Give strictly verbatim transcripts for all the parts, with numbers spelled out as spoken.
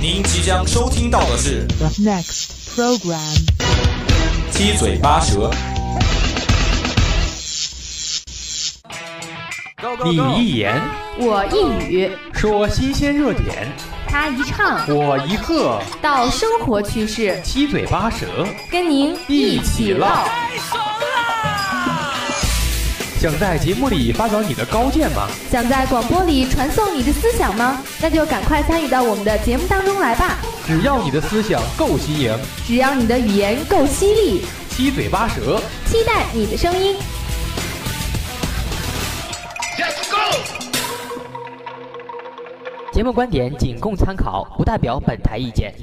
您即将收听到的是 The next program。 七嘴八舌。 你一言， 我一语， 说新鲜热点， 他一唱， 我一喝， 到生活趋势， 七嘴八舌， 跟您一起唠。 想在节目里发表你的高见吗？ 想在广播里传送你的思想吗？那就赶快参与到我们的节目当中来吧！ 只要你的思想够新颖， 只要你的语言够犀利， 七嘴八舌， 期待你的声音。 节目观点仅供参考，不代表本台意见。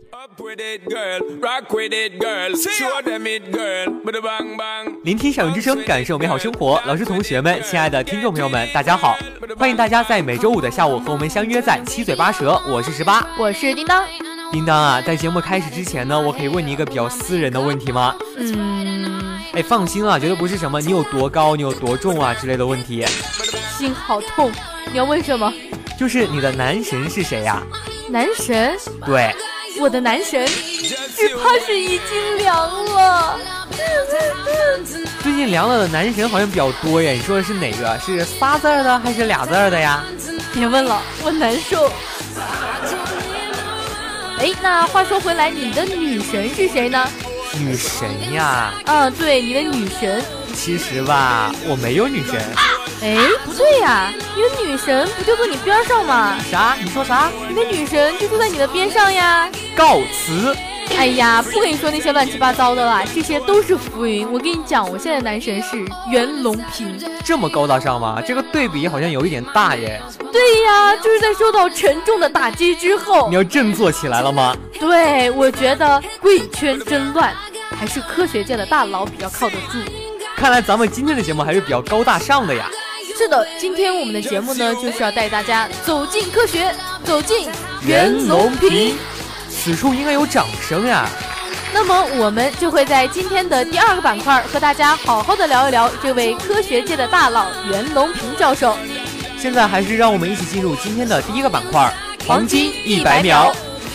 聆听校园之声，感受美好生活。老师、同学们，亲爱的听众朋友们，大家好！欢迎大家在每周五的下午和我们相约在七嘴八舌。我是十八， 我是叮当。 叮当啊，在节目开始之前呢，我可以问你一个比较私人的问题吗？ 嗯， 哎，放心啊，绝对不是什么你有多高、你有多重啊之类的问题。 心好痛，你要问什么？ 就是你的男神是谁呀？ 男神？ 对。 我的男神只怕是已经凉了。 最近凉了的男神好像比较多呀，你说的是哪个？是仨字的还是俩字的呀？ 别问了，我难受。哎，那话说回来，你的女神是谁呢？ 女神呀？ 啊，对，你的女神。 其实吧，我没有女神。 哎，不对呀，你的女神不就坐你边上吗？ 啥？你说啥？ 你的女神就坐在你的边上呀。 告辞。 哎呀，不跟你说那些乱七八糟的啦，这些都是浮云。我跟你讲，我现在男神是袁隆平。 这么高大上吗？这个对比好像有一点大耶。 对呀，就是在受到沉重的打击之后， 你要振作起来了吗？ 对，我觉得贵圈真乱，还是科学界的大佬比较靠得住。 看来咱们今天的节目还是比较高大上的呀。 是的，今天我们的节目呢，就是要带大家走进科学，走进袁隆平。 此处应该有掌声呀。 那么我们就会在今天的第二个板块和大家好好的聊一聊这位科学界的大佬袁隆平教授。 现在还是让我们一起进入今天的第一个板块，黄金一百秒。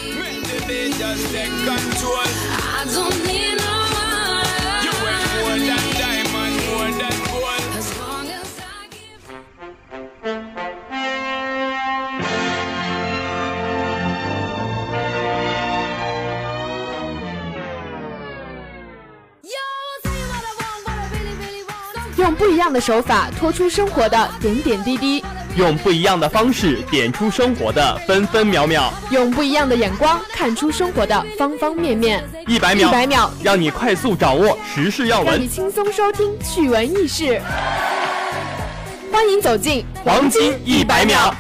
用不一样的手法拖出生活的点点滴滴， 用不一样的方式点出生活的分分秒秒， 用不一样的眼光看出生活的方方面面。 一百秒， 一百秒， 让你快速掌握时事要闻， 让你轻松收听趣闻轶事。欢迎走进黄金一百秒。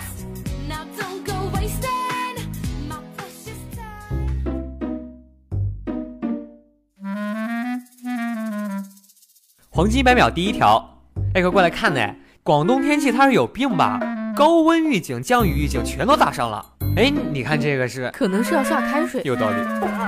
黄金一百秒第一条，哎，快过来看呢！广东天气它是有病吧？高温预警、降雨预警全都打上了。哎，你看这个是？ 可能是要下开水。 有道理。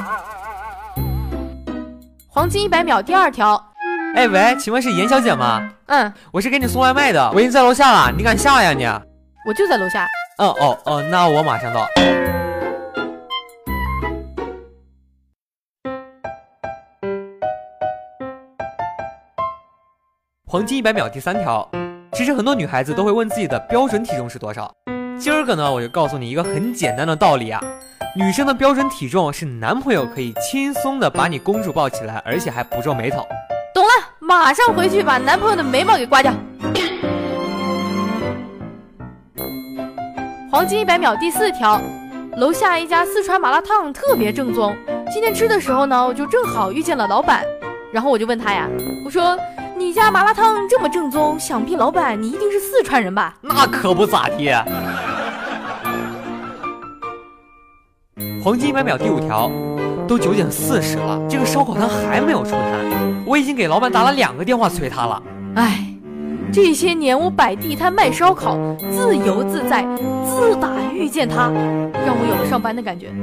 黄金一百秒第二条， 哎喂，请问是严小姐吗？ 嗯， 我是给你送外卖的，我已经在楼下了，你敢下呀你？ 我就在楼下。 哦哦哦，那我马上到。黄金一百秒第三条，其实很多女孩子都会问自己的标准体重是多少。今儿个呢，我就告诉你一个很简单的道理啊，女生的标准体重是男朋友可以轻松的把你公主抱起来，而且还不皱眉头。 懂了，马上回去把男朋友的眉毛给刮掉。黄金一百秒第四条，楼下一家四川麻辣烫特别正宗，今天吃的时候呢，我就正好遇见了老板，然后我就问他呀，我说你家麻辣烫这么正宗，想必老板你一定是四川人吧？ 那可不咋地。黄金一百秒第五条，都九点四十了，这个烧烤摊还没有出摊，我已经给老板打了两个电话催他了。 哎，这些年我摆地摊卖烧烤，自由自在，自打遇见他，让我有了上班的感觉。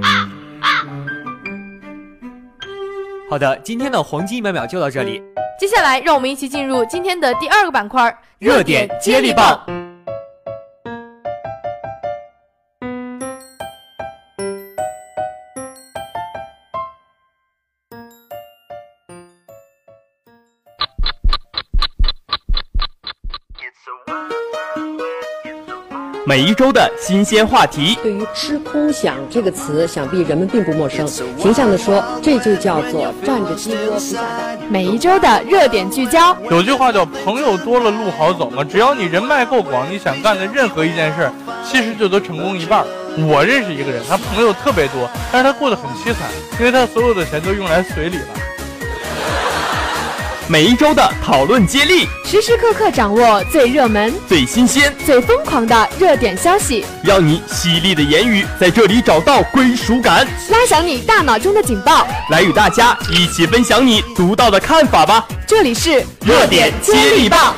好的，今天的黄金一百秒就到这里。 接下来，让我们一起进入今天的第二个板块—— 热点接力棒。 每一周的新鲜话题。 对于吃空饷这个词，想必人们并不陌生。形象地说，这就叫做站着鸡窝不下蛋。 每一周的热点聚焦。 有句话叫朋友多了路好走嘛，只要你人脉够广，你想干的任何一件事其实就都成功一半。我认识一个人，他朋友特别多，但是他过得很凄惨，因为他所有的钱都用来随礼了。 每一周的讨论接力， 时时刻刻掌握最热门、 最新鲜、 最疯狂的热点消息， 让你犀利的言语在这里找到归属感， 拉响你大脑中的警报， 来与大家一起分享你独到的看法吧。 这里是热点接力棒。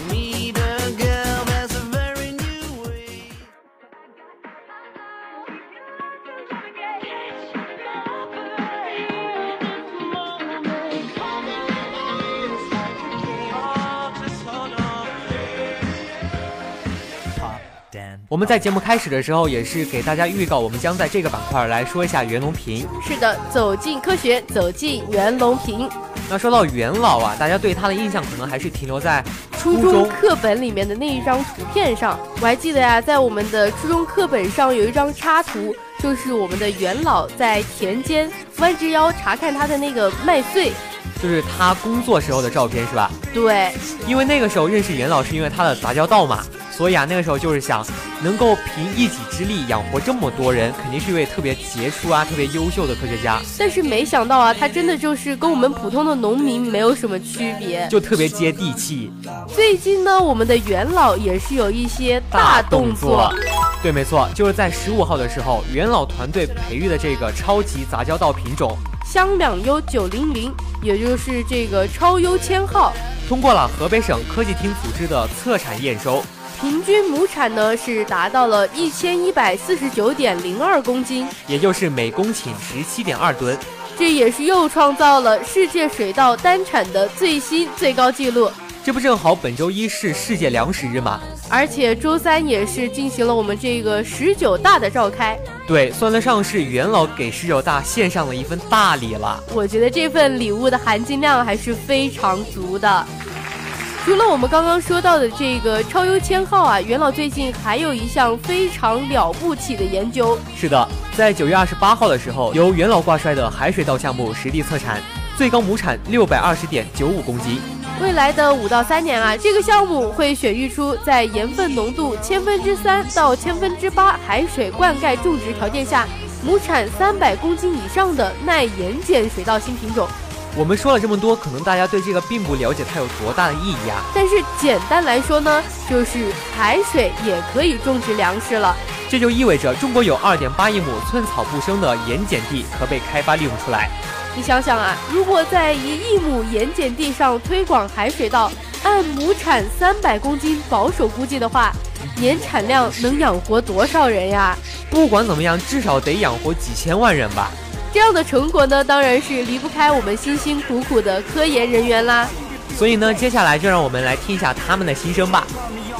我们在节目开始的时候也是给大家预告，我们将在这个板块来说一下袁隆平。 是的，走进科学，走进袁隆平。 那说到袁老啊，大家对他的印象可能还是停留在初中课本里面的那一张图片上。我还记得呀，在我们的初中课本上有一张插图，就是我们的袁老在田间弯着腰查看他的那个麦穗， 就是他工作时候的照片是吧？ 对， 因为那个时候认识袁老是因为他的杂交稻马，所以啊那个时候就是想能够凭一己之力养活这么多人，肯定是一位特别杰出啊特别优秀的科学家。 但是没想到啊，他真的就是跟我们普通的农民没有什么区别， 就特别接地气。 最近呢，我们的袁老也是有一些大动作。 对，没错，就是在十五号的时候，袁老团队培育的这个超级杂交稻品种香两优九零零，也就是这个超优千号， 通过了河北省科技厅组织的测产验收， 平均亩产呢是达到了一千一百四十九点零二公斤， 也就是每公顷十七点二吨。 这也是又创造了世界水稻单产的最新最高纪录。 这不正好本周一是世界粮食日吗？ 而且周三也是进行了我们这个十九大的召开。 对，算得上是袁老给十九大献上了一份大礼了。 我觉得这份礼物的含金量还是非常足的。除了我们刚刚说到的这个超优千号啊，袁老最近还有一项非常了不起的研究。 是的，在九月二十八号的时候，由袁老挂帅的海水稻项目实地测产，最高亩产六百二十点九五公斤。 未来的五到三年啊，这个项目会选育出在盐分浓度千分之三到千分之八海水灌溉种植条件下，亩产三百公斤以上的耐盐碱水稻新品种。 我们说了这么多，可能大家对这个并不了解它有多大的意义啊。 但是简单来说呢，就是海水也可以种植粮食了。 这就意味着中国有二点八亿亩寸草不生的盐碱地可被开发利用出来。 你想想啊，如果在一亿亩盐碱地上推广海水稻，按亩产三百公斤保守估计的话，年产量能养活多少人呀？ 不管怎么样，至少得养活几千万人吧。 这样的成果呢，当然是离不开我们辛辛苦苦的科研人员啦。 所以呢，接下来就让我们来听一下他们的心声吧。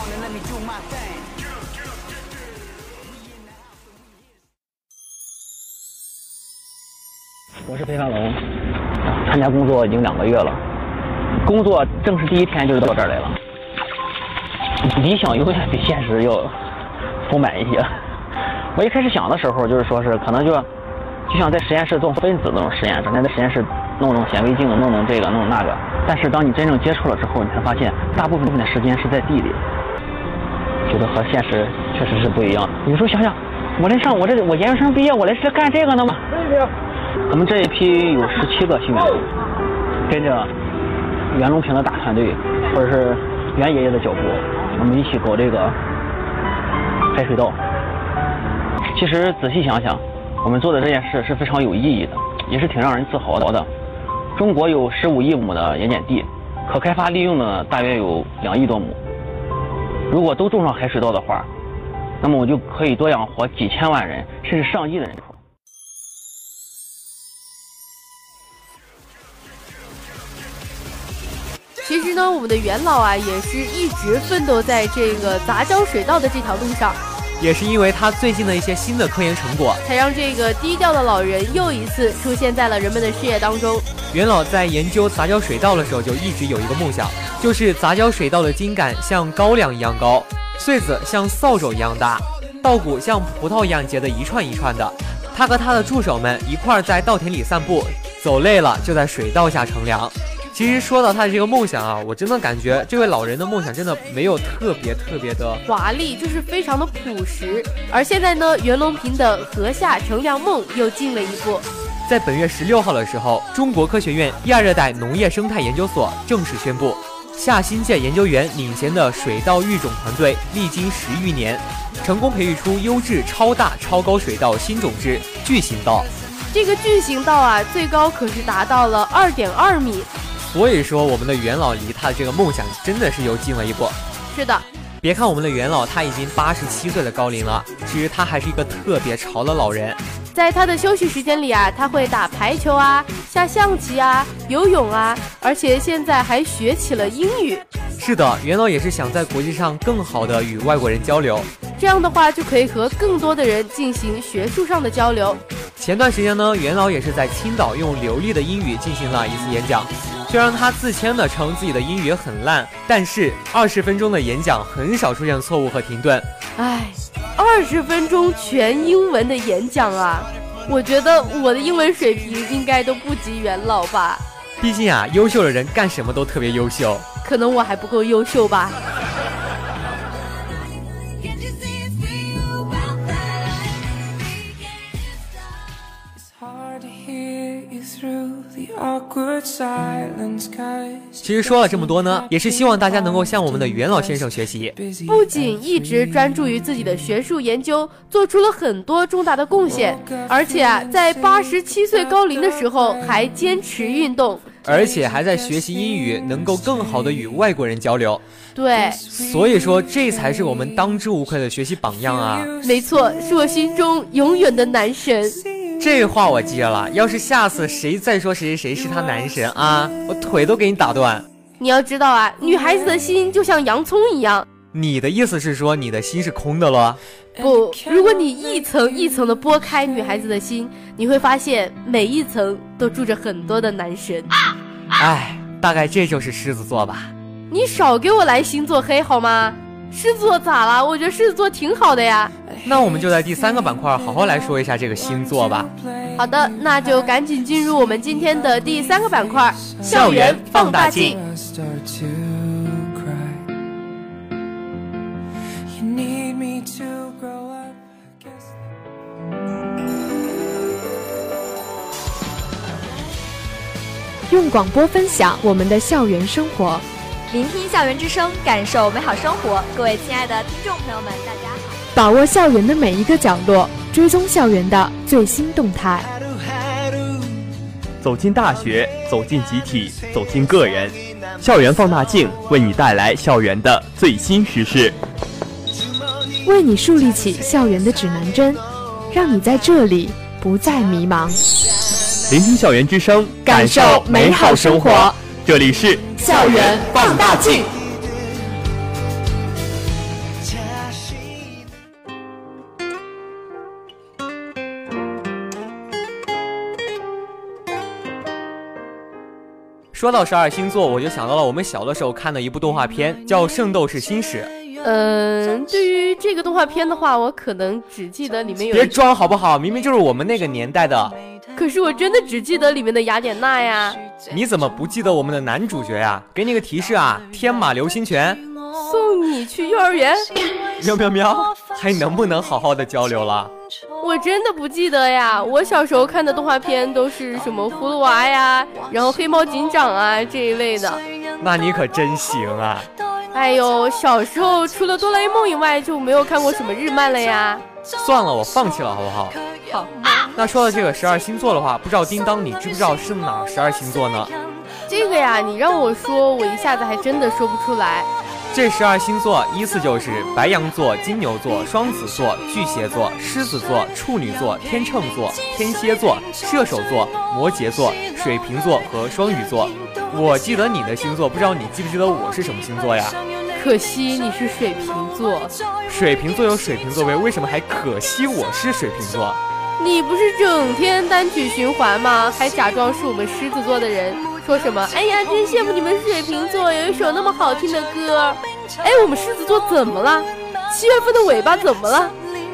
我是裴凡龙，参加工作已经两个月了，工作正式第一天就到这儿来了。理想永远比现实要丰满一些。我一开始想的时候，就是说是可能就就像在实验室做分子那种实验，整天在实验室弄弄显微镜，弄弄这个弄弄那个。但是当你真正接触了之后，你才发现大部分的时间是在地里，觉得和现实确实是不一样。有时候想想，我来上我这我研究生毕业，我来是干这个的吗？我们这一批有十七个新员工，跟着袁隆平的大团队，或者是袁爷爷的脚步，我们一起搞这个海水稻。其实仔细想想，我们做的这件事是非常有意义的，也是挺让人自豪的。中国有十五亿亩的盐碱地，可开发利用的大约有两亿多亩。如果都种上海水稻的话，那么我就可以多养活几千万人，甚至上亿的人口。 其实呢，我们的袁老啊，也是一直奋斗在这个杂交水稻的这条路上。 也是因为他最近的一些新的科研成果， 才让这个低调的老人又一次出现在了人们的视野当中。 袁老在研究杂交水稻的时候，就一直有一个梦想，就是杂交水稻的茎秆像高粱一样高，穗子像扫帚一样大， 稻谷像葡萄一样结得一串一串的。他和他的助手们一块儿在稻田里散步，走累了就在水稻下乘凉。其实说到他的这个梦想啊，我真的感觉这位老人的梦想真的没有特别特别的华丽，就是非常的朴实。而现在呢，袁隆平的禾下乘凉梦又进了一步。 在本月十六号的时候，中国科学院亚热带农业生态研究所正式宣布，下新届研究员领衔的水稻育种团队历经十余年，成功培育出优质超大超高水稻新种质巨型稻。 这个巨型稻啊，最高可是达到了二点二米。 所以说，我们的袁老离他的这个梦想真的是又近了一步。 是的， 别看我们的袁老他已经八十七岁的高龄了，其实他还是一个特别潮的老人。 在他的休息时间里啊，他会打排球啊、下象棋啊、游泳啊，而且现在还学起了英语。 是的，袁老也是想在国际上更好的与外国人交流， 这样的话就可以和更多的人进行学术上的交流。 前段时间呢，袁老也是在青岛用流利的英语进行了一次演讲。虽然他自谦的称自己的英语很烂，但是二十分钟的演讲很少出现错误和停顿。 唉，二十分钟全英文的演讲啊，我觉得我的英文水平应该都不及袁老吧。 毕竟啊，优秀的人干什么都特别优秀。 可能我还不够优秀吧。 其实说了这么多呢，也是希望大家能够向我们的袁老先生学习。 不仅一直专注于自己的学术研究，做出了很多重大的贡献，而且啊，在八十七岁高龄的时候还坚持运动， 而且还在学习英语，能够更好的与外国人交流。 对， 所以说这才是我们当之无愧的学习榜样啊！ 没错，是我心中永远的男神。 这话我记着了，要是下次谁再说谁谁谁是他男神啊，我腿都给你打断。 你要知道啊，女孩子的心就像洋葱一样。 你的意思是说你的心是空的了？ 不，如果你一层一层的剥开女孩子的心，你会发现每一层都住着很多的男神。 哎，大概这就是狮子座吧。 你少给我来星座黑好吗？狮子座咋了？我觉得狮子座挺好的呀。 那我们就在第三个板块好好来说一下这个星座吧。 好的，那就赶紧进入我们今天的第三个板块——校园放大镜。 用广播分享我们的校园生活， 聆听校园之声，感受美好生活。各位亲爱的听众朋友们，大家好！ 把握校园的每一个角落，追踪校园的最新动态。 走进大学，走进集体，走进个人，校园放大镜为你带来校园的最新时事， 为你树立起校园的指南针，让你在这里不再迷茫。 聆听校园之声， 感受美好生活。 这里是校园放大镜。 说到十二星座，我就想到了我们小的时候看的一部动画片，叫《圣斗士星矢》。 嗯，对于这个动画片的话，我可能只记得里面有…… 别装好不好？明明就是我们那个年代的。 可是我真的只记得里面的雅典娜呀。 你怎么不记得我们的男主角呀？给你个提示啊，天马流星拳。 送你去幼儿园。 喵喵喵，还能不能好好的交流了？ 我真的不记得呀，我小时候看的动画片都是什么葫芦娃呀，然后黑猫警长啊这一类的。 那你可真行啊！ 哎呦，小时候除了哆啦 A 梦以外就没有看过什么日漫了呀。 算了，我放弃了好不好？ 好。 那说到这个十二星座的话，不知道叮当你知不知道是哪十二星座呢？ 这个呀，你让我说，我一下子还真的说不出来。 这十二星座依次就是白羊座、金牛座、双子座、巨蟹座、狮子座、处女座、天秤座、天蝎座、射手座、摩羯座、水瓶座和双鱼座。我记得你的星座，不知道你记不记得我是什么星座呀？ 可惜你是水瓶座。 水瓶座有水瓶座位，为什么还可惜我是水瓶座？ 你不是整天单曲循环吗？还假装是我们狮子座的人，说什么哎呀真羡慕你们水瓶座有一首那么好听的歌。哎，我们狮子座怎么了？七月份的尾巴怎么了？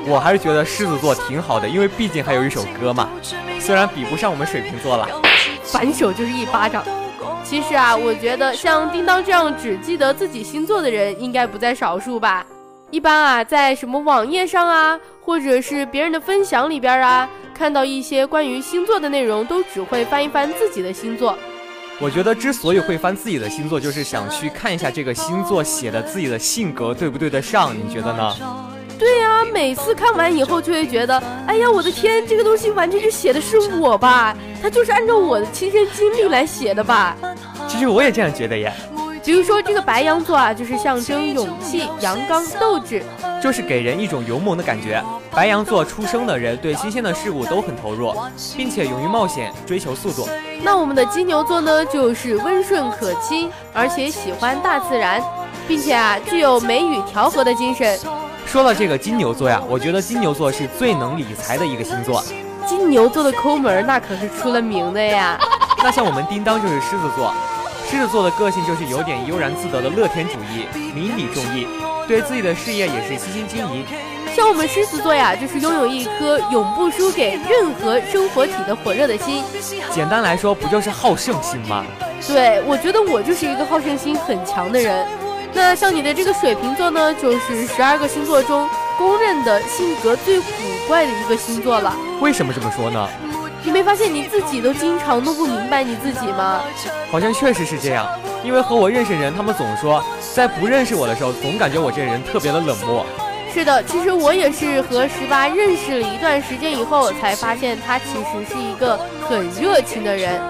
我还是觉得狮子座挺好的，因为毕竟还有一首歌嘛，虽然比不上我们水瓶座了。 反手就是一巴掌。其实啊，我觉得像叮当这样只记得自己星座的人应该不在少数吧。一般啊，在什么网页上啊，或者是别人的分享里边啊，看到一些关于星座的内容，都只会翻一翻自己的星座。 我觉得之所以会翻自己的星座，就是想去看一下这个星座写的自己的性格对不对得上，你觉得呢？ 对呀、啊，每次看完以后就会觉得，哎呀，我的天，这个东西完全就写的是我吧，它就是按照我的亲身经历来写的吧。 其实我也这样觉得耶。 比如说这个白羊座啊，就是象征勇气、阳刚、斗志， 就是给人一种勇猛的感觉。白羊座出生的人对新鲜的事物都很投入，并且勇于冒险，追求速度。 那我们的金牛座呢，就是温顺可亲，而且喜欢大自然，并且啊，具有美与调和的精神。 说到这个金牛座呀，我觉得金牛座是最能理财的一个星座。 金牛座的抠门那可是出了名的呀。 那像我们叮当就是狮子座，狮子座的个性就是有点悠然自得的乐天主义，明理重义，对自己的事业也是悉心经营。 像我们狮子座呀，就是拥有一颗永不输给任何生活体的火热的心。 简单来说，不就是好胜心吗？ 对，我觉得我就是一个好胜心很强的人。那像你的这个水瓶座呢，就是十二个星座中公认的性格最古怪的一个星座了。 为什么这么说呢？ 你没发现你自己都经常弄不明白你自己吗？ 好像确实是这样，因为和我认识人，他们总说在不认识我的时候，总感觉我这人特别的冷漠。 是的，其实我也是和十八认识了一段时间以后，才发现他其实是一个很热情的人。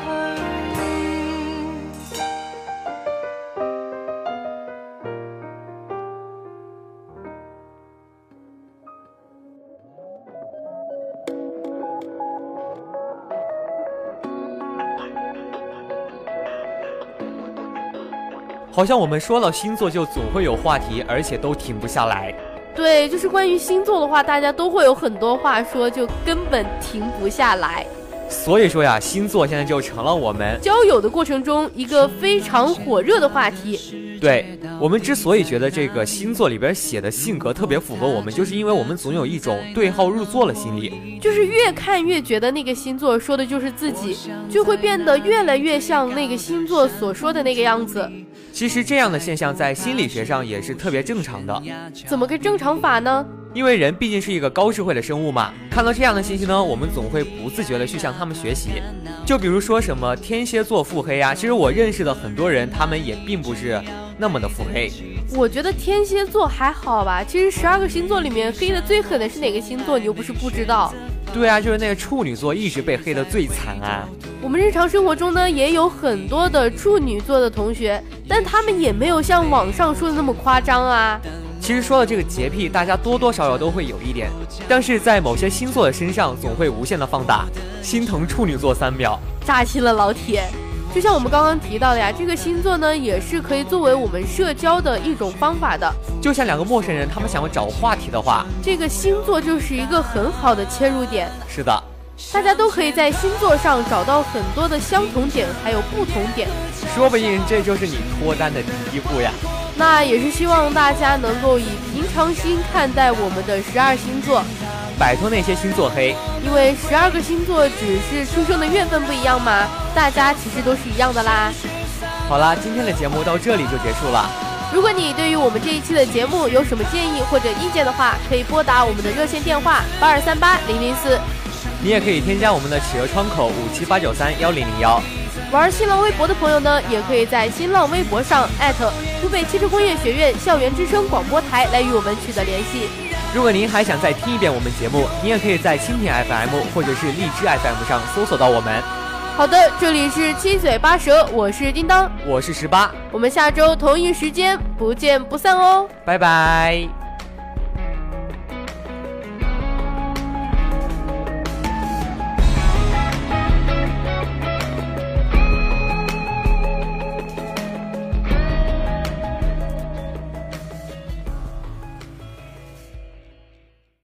好像我们说到星座就总会有话题，而且都停不下来。 对，就是关于星座的话，大家都会有很多话说，就根本停不下来。 所以说呀，星座现在就成了我们交友的过程中一个非常火热的话题。 对，我们之所以觉得这个星座里边写的性格特别符合我们，就是因为我们总有一种对号入座的心理， 就是越看越觉得那个星座说的就是自己，就会变得越来越像那个星座所说的那个样子。 其实这样的现象在心理学上也是特别正常的。 怎么个正常法呢？ 因为人毕竟是一个高智慧的生物嘛，看到这样的信息呢，我们总会不自觉的去向他们学习。就比如说什么天蝎座腹黑啊，其实我认识的很多人，他们也并不是那么的腹黑。 我觉得天蝎座还好吧，其实十二个星座里面黑的最狠的是哪个星座，你又不是不知道。 对啊，就是那个处女座一直被黑的最惨啊。 我们日常生活中呢，也有很多的处女座的同学，但他们也没有像网上说的那么夸张啊。 其实说到这个洁癖，大家多多少少都会有一点，但是在某些星座的身上总会无限的放大。心疼处女座三秒， 扎心了老铁。就像我们刚刚提到的呀，这个星座呢也是可以作为我们社交的一种方法的。 就像两个陌生人，他们想要找话题的话， 这个星座就是一个很好的切入点。 是的， 大家都可以在星座上找到很多的相同点，还有不同点， 说不定这就是你脱单的第一步呀。 那也是希望大家能够以平常心看待我们的十二星座， 摆脱那些星座黑。 因为十二个星座只是出生的月份不一样嘛，大家其实都是一样的啦。 好啦，今天的节目到这里就结束了。 如果你对于我们这一期的节目有什么建议或者意见的话，可以拨打我们的热线电话八二三八零零四。 你也可以添加我们的企鹅窗口五七八九三幺零零幺。 玩新浪微博的朋友呢，也可以在新浪微博上艾特湖北汽车工业学院校园之声广播台来与我们取得联系。 如果您还想再听一遍我们节目，您也可以在蜻蜓 F M 或者是荔枝 F M 上搜索到我们。 好的，这里是七嘴八舌，我是叮当， 我是十八， 我们下周同一时间不见不散哦， 拜拜。